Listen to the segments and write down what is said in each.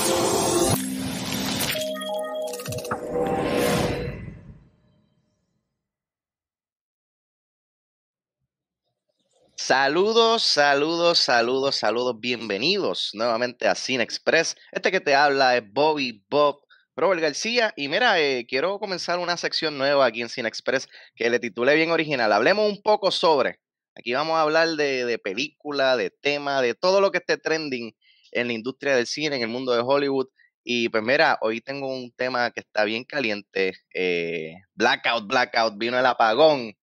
Saludos, saludos, saludos, saludos. Bienvenidos nuevamente a Cine Express. Este que te habla es Bobby Bob Robert García. Y mira, quiero comenzar una sección nueva aquí en Cine Express que le titulé bien original. Hablemos un poco sobre. Aquí vamos a hablar de película, de tema, de todo lo que esté trending en la industria del cine, en el mundo de Hollywood. Y pues mira, hoy tengo un tema que está bien caliente. Blackout, vino el apagón.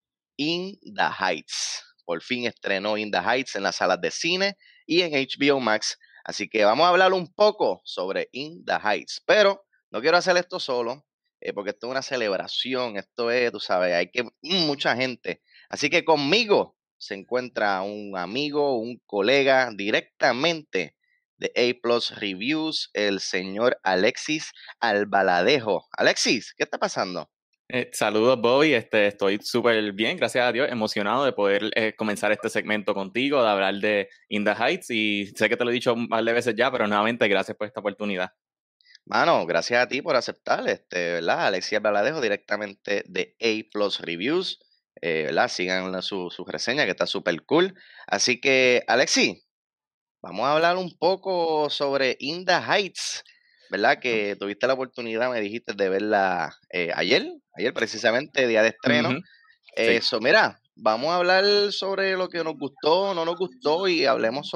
In the Heights. Por fin estrenó In the Heights en las salas de cine y en HBO Max. Así que vamos a hablar un poco sobre In the Heights. Pero no quiero hacer esto solo, porque esto es una celebración. Esto es, tú sabes, hay que mucha gente. Así que conmigo se encuentra un amigo, un colega directamente de A Plus Reviews, el señor Alexis Albaladejo. Alexis, ¿qué está pasando? Saludos, Bobby. Estoy súper bien, gracias a Dios, emocionado de poder comenzar este segmento contigo, de hablar de In the Heights. Y sé que te lo he dicho un par de veces ya, pero nuevamente gracias por esta oportunidad. Mano, gracias a ti por aceptar, ¿verdad? Alexia Baladejo, directamente de A Plus Reviews, ¿verdad? Sigan su reseña, que está súper cool. Así que, Alexi, vamos a hablar un poco sobre In the Heights, ¿verdad? Que tuviste la oportunidad, me dijiste, de verla ayer precisamente, día de estreno. Ujú, sí. Mira, vamos a hablar sobre lo que nos gustó, no nos gustó y hablemos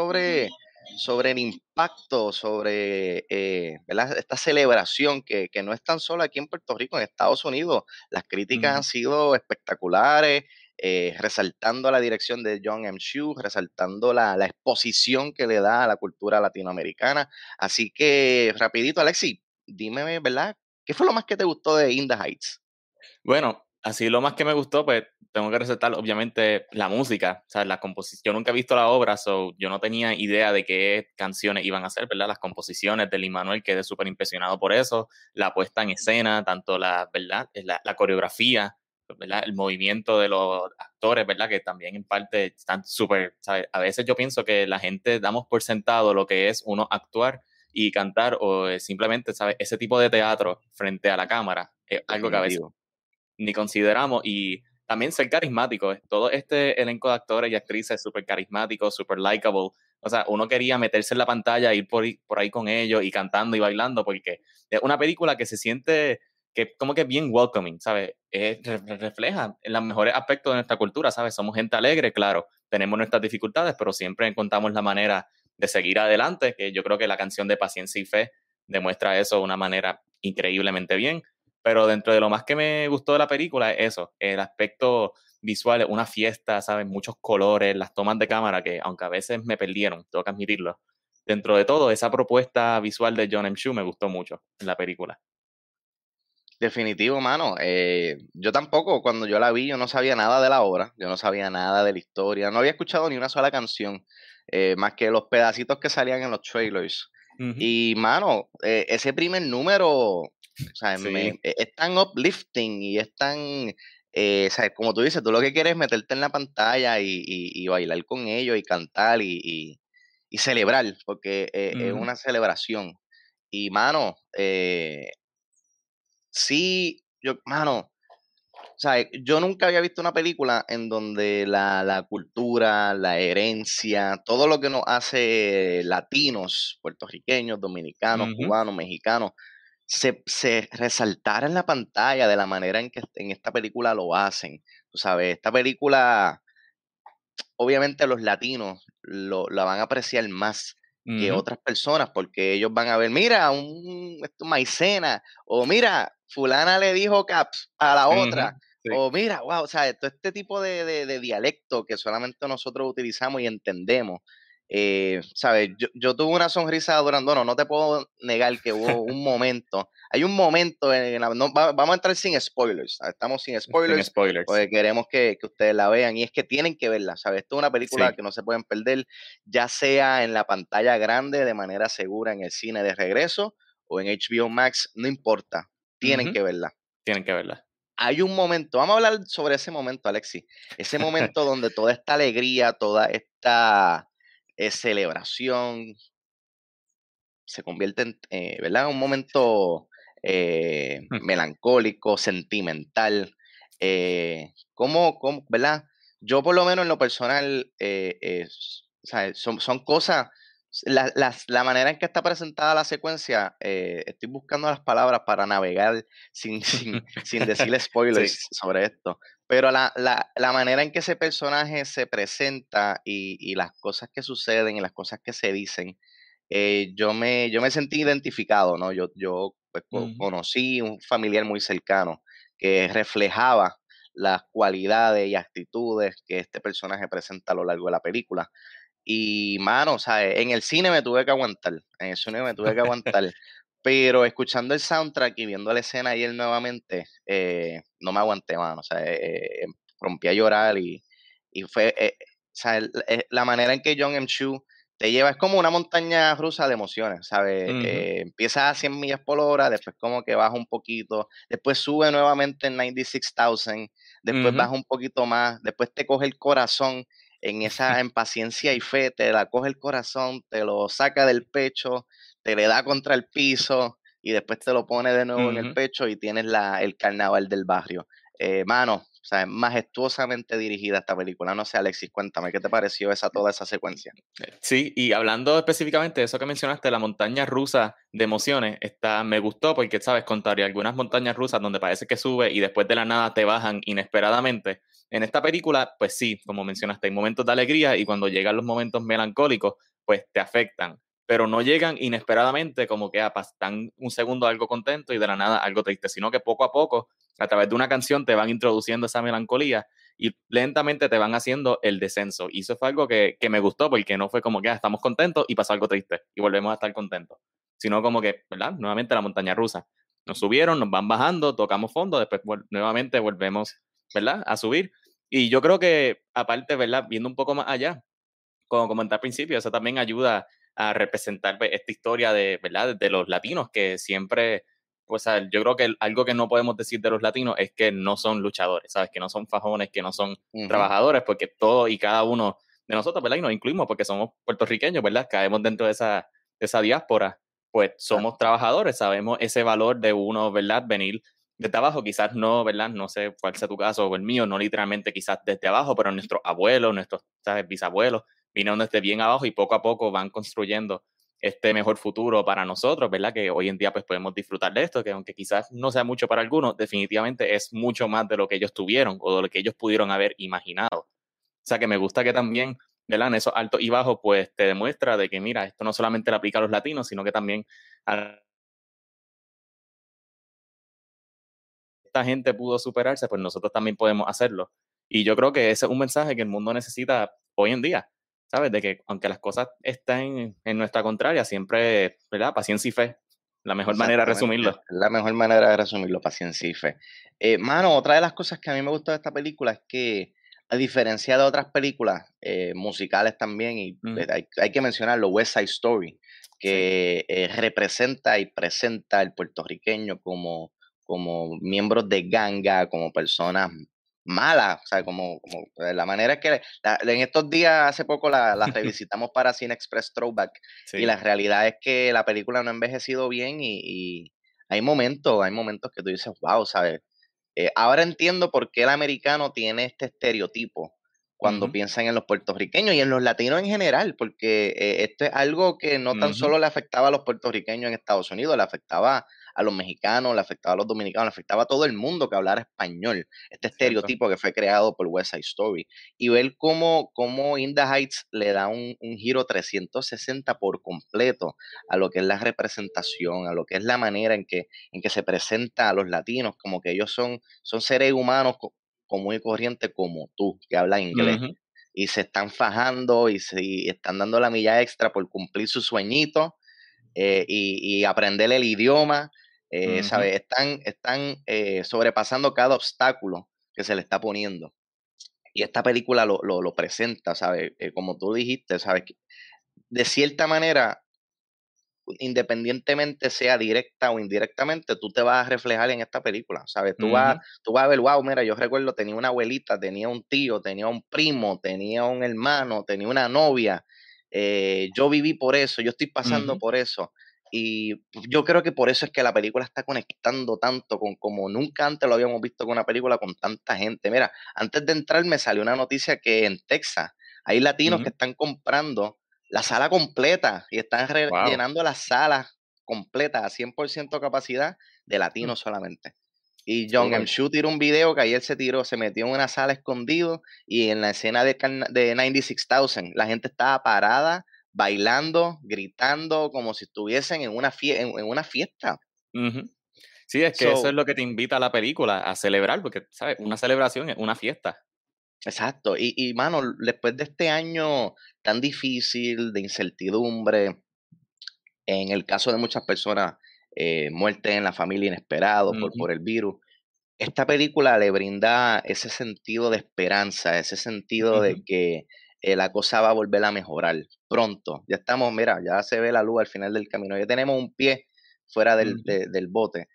sobre el impacto, sobre ¿verdad? Esta celebración que no es tan solo aquí en Puerto Rico, en Estados Unidos. Las críticas han Ujú. sido espectaculares, resaltando la dirección de John M. Chu, resaltando la exposición que le da a la cultura latinoamericana. Así que, rapidito, Alexi, dime, ¿verdad? ¿Qué fue lo más que te gustó de In the Heights? Bueno, así lo más que me gustó, pues tengo que resaltar, obviamente, la música, o sea, la composición. Yo nunca he visto la obra, so yo no tenía idea de qué canciones iban a ser, ¿verdad? Las composiciones de Lin-Manuel, quedé súper impresionado por eso, la puesta en escena, tanto la, ¿verdad? La coreografía, ¿verdad? El movimiento de los actores, ¿verdad? Que también en parte están súper, ¿sabes? A veces yo pienso que la gente damos por sentado lo que es uno actuar y cantar o simplemente, ¿sabes? Ese tipo de teatro frente a la cámara, es algo que a veces Definitivo. ni consideramos, y también ser carismático. Todo este elenco de actores y actrices es súper carismático, súper likable. O sea, uno quería meterse en la pantalla, ir por ahí con ellos y cantando y bailando, porque es una película que se siente que como que bien welcoming, ¿sabes? Refleja en los mejores aspectos de nuestra cultura, ¿sabes? Somos gente alegre, claro, tenemos nuestras dificultades, pero siempre encontramos la manera de seguir adelante, que yo creo que la canción de Paciencia y Fe demuestra eso de una manera increíblemente bien. Pero dentro de lo más que me gustó de la película es eso, el aspecto visual, una fiesta, ¿sabes? Muchos colores, las tomas de cámara que, aunque a veces me perdieron, tengo que admitirlo. Dentro de todo, esa propuesta visual de John M. Chu me gustó mucho en la película. Definitivo, mano. Yo tampoco, cuando yo la vi, yo no sabía nada de la obra, yo no sabía nada de la historia, no había escuchado ni una sola canción, más que los pedacitos que salían en los trailers. Ujú. Y, mano, ese primer número, o sea, Sí. es tan uplifting y es tan, o sea, como tú dices, tú lo que quieres es meterte en la pantalla y bailar con ellos y cantar y celebrar, porque es Ujú. una celebración. Y, mano, sí, mano, o sea, yo nunca había visto una película en donde la cultura, la herencia, todo lo que nos hace latinos, puertorriqueños, dominicanos, Ujú. cubanos, mexicanos, se resaltara en la pantalla de la manera en que en esta película lo hacen. Tú sabes, esta película, obviamente los latinos la van a apreciar más que Ujú. otras personas porque ellos van a ver, mira, esto maicena, o mira, fulana le dijo caps a la Ujú. otra, Sí. o mira, wow, o sea, todo este tipo de dialecto que solamente nosotros utilizamos y entendemos. ¿Sabes? Yo tuve una sonrisa durante, bueno, no te puedo negar que hubo un momento, hay un momento vamos a entrar sin spoilers, ¿sabes? Estamos sin Sin spoilers, spoilers. porque queremos que ustedes la vean y es que tienen que verla, ¿sabes? Esto es una película Sí. que no se pueden perder, ya sea en la pantalla grande de manera segura en el cine de regreso o en HBO Max, no importa, tienen Ujú. que verla. Tienen que verla. Hay un momento, vamos a hablar sobre ese momento, Alexi, ese momento donde toda esta alegría, toda esta celebración se convierte en, ¿verdad? Un momento melancólico, sentimental. ¿Verdad? Yo por lo menos en lo personal, o sea, son cosas, la manera en que está presentada la secuencia, estoy buscando las palabras para navegar sin decirle Sí. spoilers sobre esto, pero la manera en que ese personaje se presenta y las cosas que suceden y las cosas que se dicen, yo me sentí identificado, ¿no? Yo pues, Ujú, conocí un familiar muy cercano que reflejaba las cualidades y actitudes que este personaje presenta a lo largo de la película. Y, mano, o sea, en el cine me tuve que aguantar, en el cine me tuve que aguantar, pero escuchando el soundtrack y viendo la escena ayer nuevamente, no me aguanté, mano, o sea, rompí a llorar y fue, o sea, la manera en que John M. Chu te lleva, es como una montaña rusa de emociones, ¿sabes? ujú, Empieza a 100 millas por hora, después como que baja un poquito, después sube nuevamente en 96,000, después ujú, baja un poquito más, después te coge el corazón en esa impaciencia y fe, te la coge el corazón, te lo saca del pecho, te le da contra el piso y después te lo pone de nuevo en el ujú. pecho y tienes el carnaval del barrio. Mano, o sea, es majestuosamente dirigida esta película. No sé, Alexis, cuéntame, ¿qué te pareció toda esa secuencia? Sí, y hablando específicamente de eso que mencionaste, la montaña rusa de emociones, me gustó porque, sabes, contrario a algunas montañas rusas donde parece que sube y después de la nada te bajan inesperadamente, en esta película, pues sí, como mencionaste, hay momentos de alegría y cuando llegan los momentos melancólicos, pues te afectan, pero no llegan inesperadamente como que están un segundo algo contento y de la nada algo triste, sino que poco a poco, a través de una canción, te van introduciendo esa melancolía y lentamente te van haciendo el descenso. Y eso fue algo que me gustó porque no fue como que estamos contentos y pasó algo triste y volvemos a estar contentos, sino como que, ¿verdad? Nuevamente la montaña rusa. Nos subieron, nos van bajando, tocamos fondo, después nuevamente volvemos, ¿verdad? A subir. Y yo creo que, aparte, ¿verdad? Viendo un poco más allá, como comenté al principio, eso también ayuda a representar pues, esta historia de, ¿verdad? De los latinos que siempre, pues yo creo que algo que no podemos decir de los latinos es que no son luchadores, ¿sabes? Que no son fajones, que no son Ujú, trabajadores, porque todos y cada uno de nosotros, ¿verdad? Y nos incluimos porque somos puertorriqueños, ¿verdad? Caemos dentro de esa diáspora, pues somos exacto. trabajadores, sabemos ese valor de uno, ¿verdad? Venir desde abajo, quizás no, ¿verdad? No sé cuál sea tu caso o el mío, no literalmente quizás desde abajo, pero nuestros abuelos, nuestros, ¿sabes? Bisabuelos vinieron desde bien abajo y poco a poco van construyendo este mejor futuro para nosotros, ¿verdad? Que hoy en día pues podemos disfrutar de esto, que aunque quizás no sea mucho para algunos, definitivamente es mucho más de lo que ellos tuvieron o de lo que ellos pudieron haber imaginado. O sea que me gusta que también, ¿verdad? En esos altos y bajos pues te demuestra de que mira, esto no solamente le aplica a los latinos, sino que también a esta gente pudo superarse, pues nosotros también podemos hacerlo. Y yo creo que ese es un mensaje que el mundo necesita hoy en día, ¿sabes? De que aunque las cosas estén en nuestra contraria, siempre, ¿verdad? Paciencia y fe, la mejor manera de Exactamente, es resumirlo. la mejor manera de resumirlo, paciencia y fe. Mano, otra de las cosas que a mí me gustó de esta película es que, a diferencia de otras películas musicales también, y Ujú, hay que mencionarlo, West Side Story, sí. que representa y presenta al puertorriqueño como miembros de ganga, como personas malas, o sea, como la manera que en estos días, hace poco la revisitamos para Cine Express Throwback, y Sí. la realidad es que la película no ha envejecido bien y hay momentos que tú dices, wow, ¿sabes? Ahora entiendo por qué el americano tiene este estereotipo cuando Ujú, piensan en los puertorriqueños y en los latinos en general, porque esto es algo que no tan ujú, solo le afectaba a los puertorriqueños en Estados Unidos, le afectaba a los mexicanos, le afectaba a los dominicanos, le afectaba a todo el mundo que hablara español. Este cierto. estereotipo que fue creado por West Side Story. Y ver cómo In the Heights le da un giro 360 por completo a lo que es la representación, a lo que es la manera en que se presenta a los latinos, como que ellos son seres humanos común y corriente como tú, que habla inglés. Ujú, Y se están fajando y están dando la milla extra por cumplir su sueñito y aprender el idioma, ujú, ¿sabes? Están sobrepasando cada obstáculo que se le está poniendo. Y esta película lo presenta, ¿sabes? Como tú dijiste, ¿sabes? De cierta manera, independientemente sea directa o indirectamente, tú te vas a reflejar en esta película, ¿sabes? ujú, Tú vas a ver, wow, mira, yo recuerdo, tenía una abuelita, tenía un tío, tenía un primo, tenía un hermano, tenía una novia, yo viví por eso, yo estoy pasando ujú. por eso. y yo creo que por eso es que la película está conectando tanto con como nunca antes lo habíamos visto con una película con tanta gente. Mira, antes de entrar me salió una noticia que en Texas hay latinos que están comprando la sala completa y están Wow. llenando las salas completas a 100% capacidad de latinos solamente. Y John M. Súper. Chu tiró un video que ayer se metió en una sala escondido y en la escena de 96,000 la gente estaba parada bailando, gritando, como si estuviesen en una, en una fiesta. Ujú. Sí, es que eso es So, lo que te invita a la película, a celebrar, porque, ¿sabes? Una celebración es una fiesta. exacto. Mano, después de este año tan difícil, de incertidumbre, en el caso de muchas personas, muerte en la familia inesperado Ujú, por el virus, esta película le brinda ese sentido de esperanza, ese sentido de ujú, que la cosa va a volver a mejorar pronto. Ya estamos, mira, ya se ve la luz al final del camino, ya tenemos un pie fuera ujú, del bote.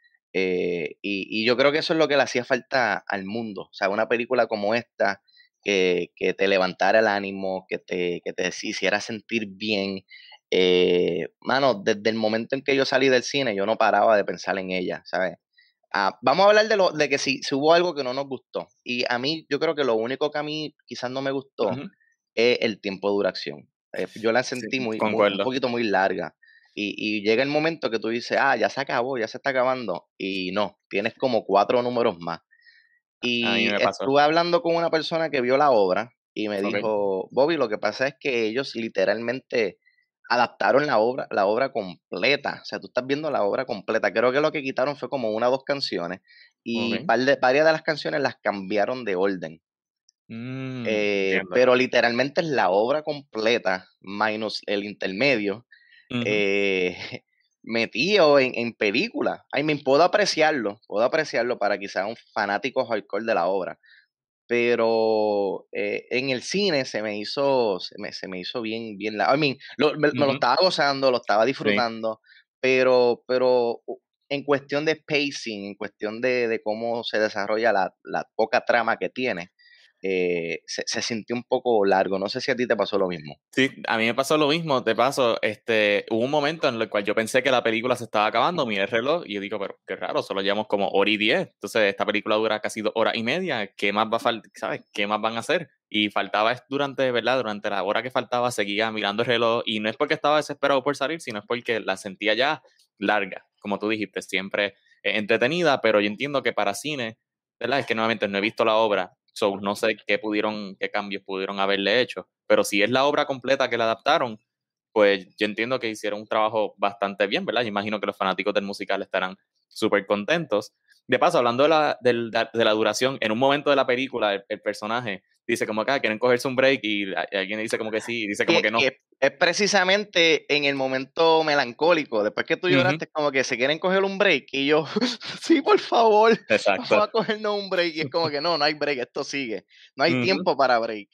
Y yo creo que eso es lo que le hacía falta al mundo. O sea, una película como esta que te levantara el ánimo, que te hiciera sentir bien. Mano, desde el momento en que yo salí del cine, yo no paraba de pensar en ella, ¿sabes? Vamos a hablar de que si hubo algo que no nos gustó. Y a mí, yo creo que lo único que a mí quizás no me gustó ujú. es el tiempo de duración. Yo la Sí, sentí un concuerdo. poquito muy larga. Y llega el momento que tú dices, ya se acabó, ya se está acabando. Y no, tienes como 4 números más. A mí Y me pasó. estuve hablando con una persona que vio la obra y me Ok. dijo, Bobby, lo que pasa es que ellos literalmente adaptaron la obra completa. O sea, tú estás viendo la obra completa. Creo que lo que quitaron fue como una o dos canciones y Ok. varias de las canciones las cambiaron de orden. Entiendo. Pero literalmente es la obra completa, menos el intermedio, Ujú, eh, metido en película. I mean, puedo apreciarlo para quizás un fanático hardcore de la obra, pero en el cine se me hizo bien, I mean, me lo ujú. estaba gozando, lo estaba Sí. disfrutando, en cuestión de pacing, en cuestión de cómo se desarrolla la poca trama que tiene, se sintió un poco largo. No sé si a ti te pasó lo mismo. Sí, a mí me pasó lo mismo. De paso, hubo un momento en el cual yo pensé que la película se estaba acabando, miré el reloj y yo digo, pero qué raro, solo llevamos como hora y 10. Entonces, esta película dura casi 2 horas y media. ¿Qué más va a faltar? ¿Sabes? ¿Qué más van a hacer? Y faltaba durante, ¿verdad? Durante la hora que faltaba, seguía mirando el reloj y no es porque estaba desesperado por salir, sino es porque la sentía ya larga, como tú dijiste, siempre entretenida, pero yo entiendo que para cine, ¿verdad? Es que nuevamente no he visto la obra, so no sé qué cambios pudieron haberle hecho, pero si es la obra completa que la adaptaron, pues yo entiendo que hicieron un trabajo bastante bien, ¿verdad? Yo imagino que los fanáticos del musical estarán súper contentos. De paso, hablando de la duración, en un momento de la película, el personaje dice como que quieren cogerse un break y alguien dice como que sí y dice como que no. Que es precisamente en el momento melancólico, después que tú Ujú, lloraste, como que se quieren coger un break y yo, sí, por favor, vamos exacto. a cogernos un break y es como que no hay break, esto sigue, no hay Ujú, tiempo para break.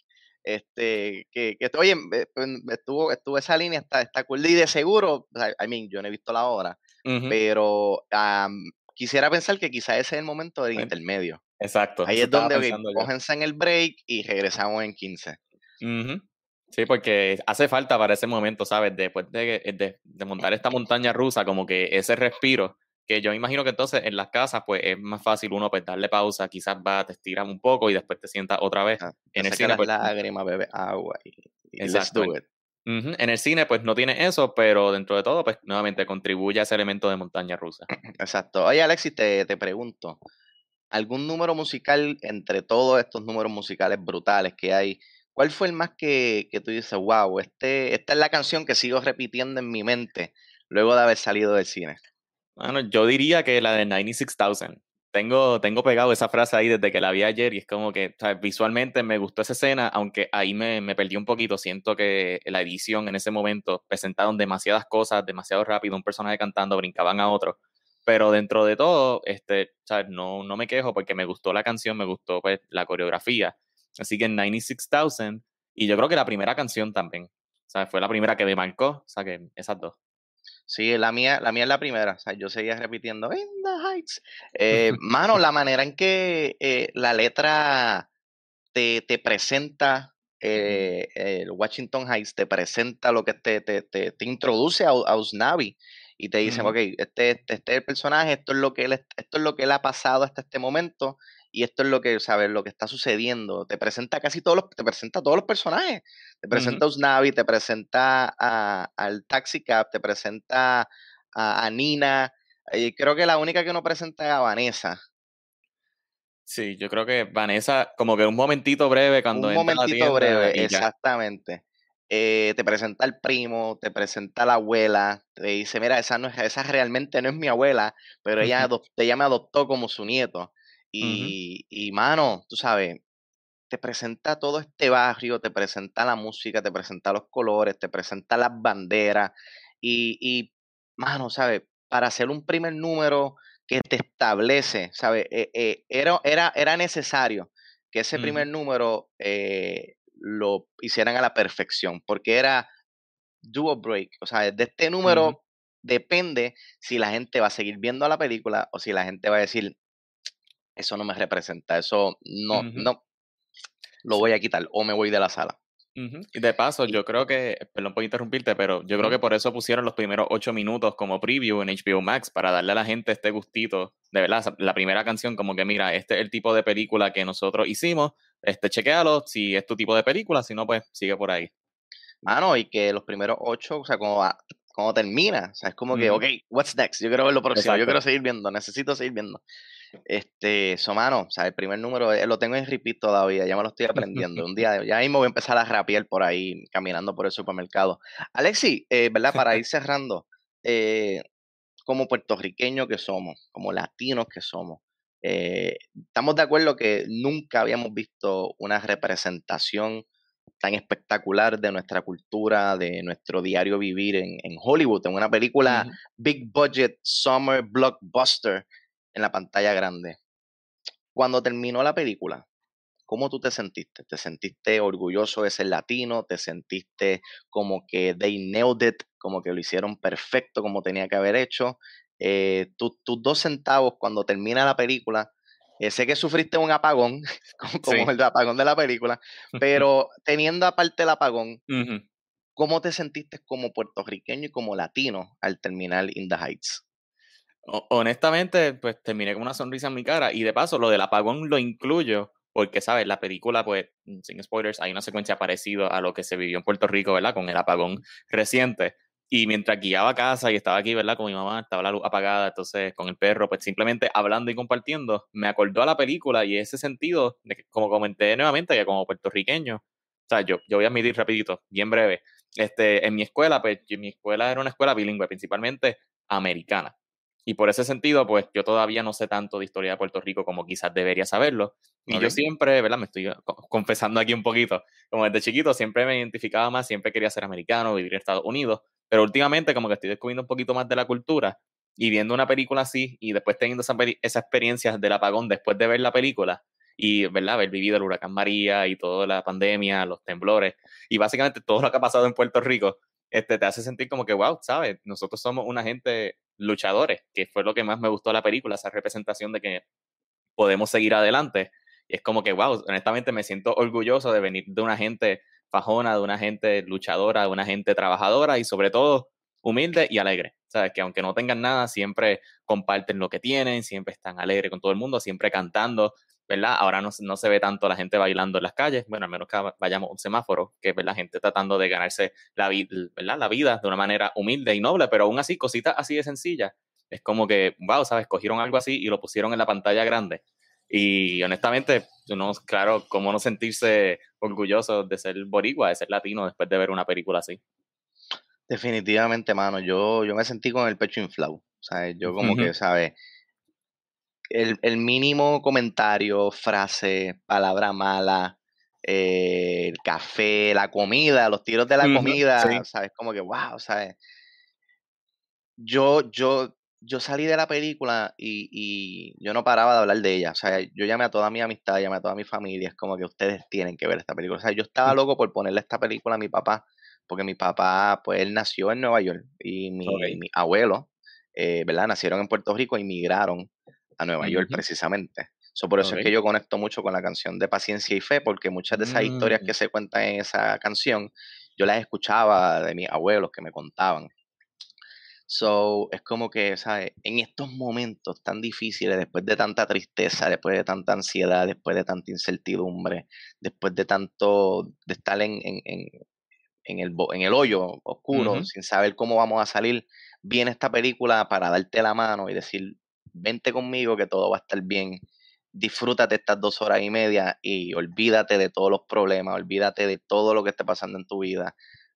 Oye, estuvo esa línea, está cool y de seguro, o sea, I mean, yo no he visto la obra, ujú. pero quisiera pensar que quizás ese es el momento del Bueno, intermedio. exacto, Ahí eso es estaba donde, ok, pensando yo. cógense en el break y regresamos en 15. Ujú. Sí, porque hace falta para ese momento, ¿sabes? Después de montar esta montaña rusa, como que ese respiro, que yo imagino que entonces en las casas, pues es más fácil uno pues darle pausa, quizás va, te estiras un poco y después te sientas otra vez. Te En el saca cine, las pues, lágrimas, bebe agua y let's exacto. do it. Ujú, en el cine, pues no tiene eso, pero dentro de todo, pues nuevamente contribuye a ese elemento de montaña rusa. Exacto. Oye, Alexis, te pregunto, ¿algún número musical entre todos estos números musicales brutales que hay? ¿Cuál fue el más que tú dices, wow, esta es la canción que sigo repitiendo en mi mente luego de haber salido del cine? Bueno, yo diría que la de 96,000. Tengo pegado esa frase ahí desde que la vi ayer y es como que, ¿sabes? Visualmente me gustó esa escena, aunque ahí me perdí un poquito. Siento que la edición en ese momento presentaron demasiadas cosas, demasiado rápido, un personaje cantando, brincaban a otro. Pero dentro de todo, ¿sabes? No me quejo porque me gustó la canción, me gustó pues, la coreografía. Así que 96,000 y yo creo que la primera canción también, ¿sabes? Fue la primera que me marcó, o sea que esas dos. Sí, la mía es la primera. O sea, yo seguía repitiendo In the Heights. Mano, la manera en que la letra te presenta el Washington Heights, te presenta lo que te introduce a Usnavi y te dicen, Ujú. ok, este es el personaje, esto es lo que él ha pasado hasta este momento, y esto es lo que, ¿sabes? Lo que está sucediendo. Te presenta te presenta a todos los personajes. Te Ujú. presenta a Usnavi, te presenta al Taxi Cab, te presenta a Nina. Creo que la única que no presenta es a Vanessa. Sí, yo creo que Vanessa, como que un momentito breve cuando Un entra a la momentito tienda breve, y ya. exactamente. Te presenta al primo, te presenta a la abuela, te dice, mira, esa realmente no es mi abuela, pero ella me adoptó como su nieto. Ujú, Y mano, tú sabes, te presenta todo este barrio, te presenta la música, te presenta los colores, te presenta las banderas y mano, ¿sabes? Para hacer un primer número que te establece, ¿sabes? Era necesario que ese ujú, primer número lo hicieran a la perfección, porque era do or break, o sea, de este ujú, número depende si la gente va a seguir viendo la película o si la gente va a decir, eso no me representa, eso ujú. no, lo voy a quitar o me voy de la sala. Ujú. Y de paso, Y yo creo que, perdón por interrumpirte, pero yo creo ujú, que por eso pusieron los primeros 8 minutos como preview en HBO Max, para darle a la gente este gustito, de verdad, la primera canción como que mira, este es el tipo de película que nosotros hicimos, chequéalo, si es tu tipo de película, si no, pues sigue por ahí. mano, y que los primeros 8, o sea, cuando termina, o sea, es como que, Ujú. okey, what's next? Yo quiero ver lo próximo, yo Exacto. quiero seguir viendo, necesito seguir viendo. Mano, o sea, el primer número, lo tengo en repeat todavía, ya me lo estoy aprendiendo. Un día ya mismo voy a empezar a rapear por ahí, caminando por el supermercado. Alexi, ¿verdad? Para ir cerrando, eh, como puertorriqueños que somos, como latinos que somos, estamos de acuerdo que nunca habíamos visto una representación tan espectacular de nuestra cultura, de nuestro diario vivir en Hollywood, en una película Ujú. big budget, summer blockbuster en la pantalla grande. Cuando terminó la película, ¿cómo tú te sentiste? ¿Te sentiste orgulloso de ser latino? ¿Te sentiste como que they nailed it, como que lo hicieron perfecto como tenía que haber hecho? Tus 2 centavos cuando termina la película, sé que sufriste un apagón, como Sí. el apagón de la película, pero teniendo aparte el apagón, Ujú. ¿cómo te sentiste como puertorriqueño y como latino al terminar In the Heights? Honestamente, pues terminé con una sonrisa en mi cara y de paso lo del apagón lo incluyo porque, ¿sabes? La película, pues, sin spoilers, hay una secuencia parecida a lo que se vivió en Puerto Rico, ¿verdad? Con el apagón reciente. Y mientras guiaba a casa y estaba aquí, ¿verdad? Con mi mamá, estaba la luz apagada, entonces con el perro, pues simplemente hablando y compartiendo, me acordó a la película y ese sentido, de que, como comenté nuevamente, que como puertorriqueño, o sea, yo voy a admitir rapidito, bien breve, en mi escuela, pues, mi escuela era una escuela bilingüe, principalmente americana. Y por ese sentido, pues yo todavía no sé tanto de historia de Puerto Rico como quizás debería saberlo. Y yo ¿Ok? siempre, ¿verdad? Me estoy confesando aquí un poquito. Como desde chiquito siempre me identificaba más, siempre quería ser americano, vivir en Estados Unidos. Pero últimamente como que estoy descubriendo un poquito más de la cultura y viendo una película así y después teniendo esa experiencia del apagón después de ver la película y, ¿verdad? Haber vivido el huracán María y toda la pandemia, los temblores y básicamente todo lo que ha pasado en Puerto Rico, te hace sentir como que, wow, ¿sabes? Nosotros somos una gente luchadores, que fue lo que más me gustó de la película, esa representación de que podemos seguir adelante. Y es como que, wow, honestamente me siento orgulloso de venir de una gente fajona, de una gente luchadora, de una gente trabajadora y sobre todo humilde y alegre. Sabes que aunque no tengan nada, siempre comparten lo que tienen, siempre están alegres con todo el mundo, siempre cantando, ¿verdad? Ahora no se ve tanto la gente bailando en las calles, bueno, al menos que vayamos a un semáforo, que es la gente tratando de ganarse ¿verdad? La vida de una manera humilde y noble, pero aún así, cositas así de sencillas. Es como que, wow, ¿sabes? Cogieron algo así y lo pusieron en la pantalla grande. Y honestamente, no, claro, cómo no sentirse orgulloso de ser boricua, de ser latino después de ver una película así. Definitivamente, mano, yo me sentí con el pecho inflado. O sea, yo como que, ¿sabes? El mínimo comentario, frase, palabra mala, el café, la comida, los tiros de la Ujú, comida, sí, ¿sabes? Como que, wow, ¿sabes? Yo salí de la película y yo no paraba de hablar de ella. O sea, yo llamé a toda mi amistad, llamé a toda mi familia. Es como que ustedes tienen que ver esta película. O sea, yo estaba loco por ponerle esta película a mi papá, porque mi papá, pues él nació en Nueva York y ok. mi abuelo, ¿verdad? Nacieron en Puerto Rico y migraron a Nueva York Ujú, precisamente. Por eso es ok. que yo conecto mucho con la canción de Paciencia y Fe, porque muchas de esas historias Mm, que se cuentan en esa canción, yo las escuchaba de mis abuelos que me contaban. So, es como que, ¿sabes? En estos momentos tan difíciles, después de tanta tristeza, después de tanta ansiedad, después de tanta incertidumbre, después de tanto, de estar en el hoyo oscuro, Ujú. sin saber cómo vamos a salir, viene esta película para darte la mano y decir, vente conmigo que todo va a estar bien, disfrútate estas 2 horas y media y olvídate de todos los problemas, olvídate de todo lo que esté pasando en tu vida.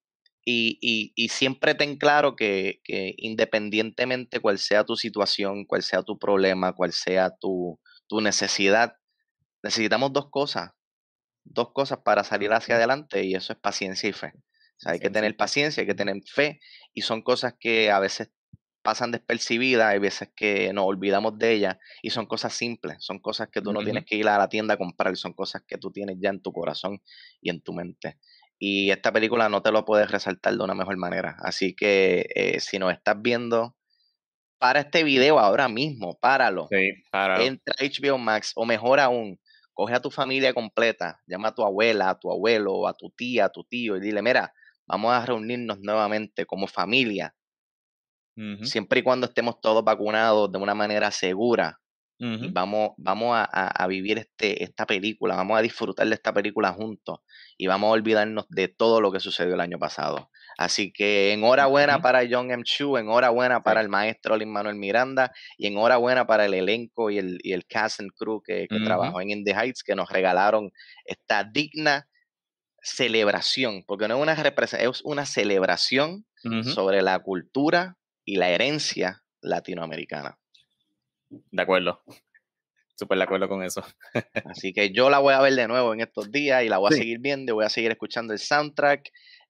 Y siempre ten claro que independientemente cuál sea tu situación, cuál sea tu problema, cuál sea tu necesidad, necesitamos dos cosas para salir hacia Ujú. adelante y eso es paciencia y fe. O sea, hay que Ciencia y tener fe. paciencia, hay que Ujú. tener fe y son cosas que a veces pasan despercibidas, hay veces que nos olvidamos de ellas y son cosas simples, son cosas que tú no tienes Ujú. que ir a la tienda a comprar, son cosas que tú tienes ya en tu corazón y en tu mente. Y esta película no te lo puedes resaltar de una mejor manera. Así que si nos estás viendo, para este video ahora mismo, páralo, Sí, páralo. entra a HBO Max o mejor aún, coge a tu familia completa, llama a tu abuela, a tu abuelo, a tu tía, a tu tío y dile, mira, vamos a reunirnos nuevamente como familia, Ujú. siempre y cuando estemos todos vacunados de una manera segura y Ujú. vamos a vivir esta película, vamos a disfrutar de esta película juntos y vamos a olvidarnos de todo lo que sucedió el año pasado. Así que enhorabuena Ujú. para John M. Chu, enhorabuena Sí. para el maestro Lin-Manuel Miranda y enhorabuena para el elenco y el cast and crew que Ujú. trabajó en In the Heights, que nos regalaron esta digna celebración, porque no es una representación, es una celebración Ujú. sobre la cultura y la herencia latinoamericana. De acuerdo. Súper de acuerdo con eso. Así que yo la voy a ver de nuevo en estos días y la voy a Sí. seguir viendo, voy a seguir escuchando el soundtrack,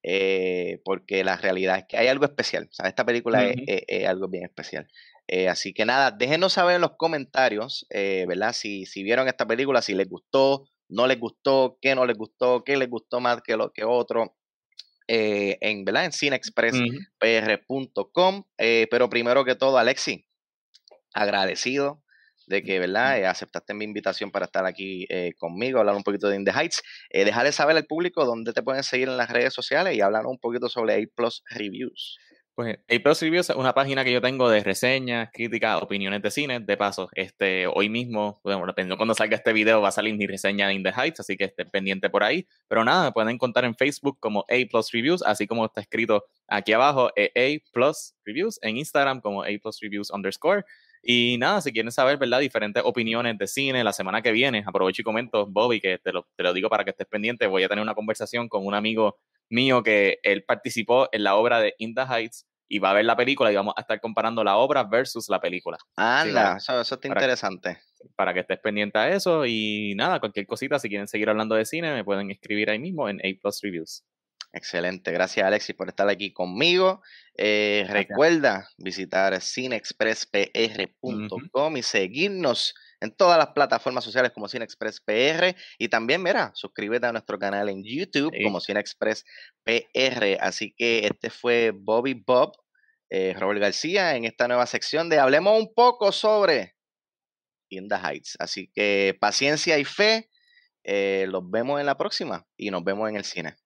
porque la realidad es que hay algo especial. O sea, esta película Ujú. es algo bien especial. Así que nada, déjenos saber en los comentarios, ¿verdad? Si vieron esta película, si les gustó, no les gustó, qué no les gustó más que lo que otro. ¿Verdad? En Ujú. cinexpresspr.com. Pero primero que todo, Alexi, agradecido de que, ¿verdad? Aceptaste mi invitación para estar aquí conmigo, hablar un poquito de In the Heights. Dejarle saber al público dónde te pueden seguir en las redes sociales y hablar un poquito sobre A Plus Reviews. Pues A+ Reviews es una página que yo tengo de reseñas, críticas, opiniones de cine. De paso, hoy mismo, bueno, dependiendo cuando salga este video, va a salir mi reseña de In the Heights, así que estén pendiente por ahí. Pero nada, me pueden encontrar en Facebook como A+ Reviews, así como está escrito aquí abajo, A+ Reviews, en Instagram como A+ Reviews _. Y nada, si quieren saber, ¿verdad? Diferentes opiniones de cine, la semana que viene, aprovecho y comento, Bobby, que te lo digo para que estés pendiente, voy a tener una conversación con un amigo mío que él participó en la obra de In the Heights y va a ver la película y vamos a estar comparando la obra versus la película. Sí, Anda, eso está para, interesante. para que estés pendiente a eso y nada, cualquier cosita, si quieren seguir hablando de cine, me pueden escribir ahí mismo en A+ Reviews. Excelente, gracias Alexis por estar aquí conmigo. Gracias. Recuerda visitar Ujú. cinexpresspr.com y seguirnos en todas las plataformas sociales como Cinexpress PR y también, mira, suscríbete a nuestro canal en YouTube Sí. como Cinexpress PR. Así que este fue Bobby Bob, Robert García, en esta nueva sección de Hablemos un poco sobre In the Heights. Así que paciencia y fe, los vemos en la próxima y nos vemos en el cine.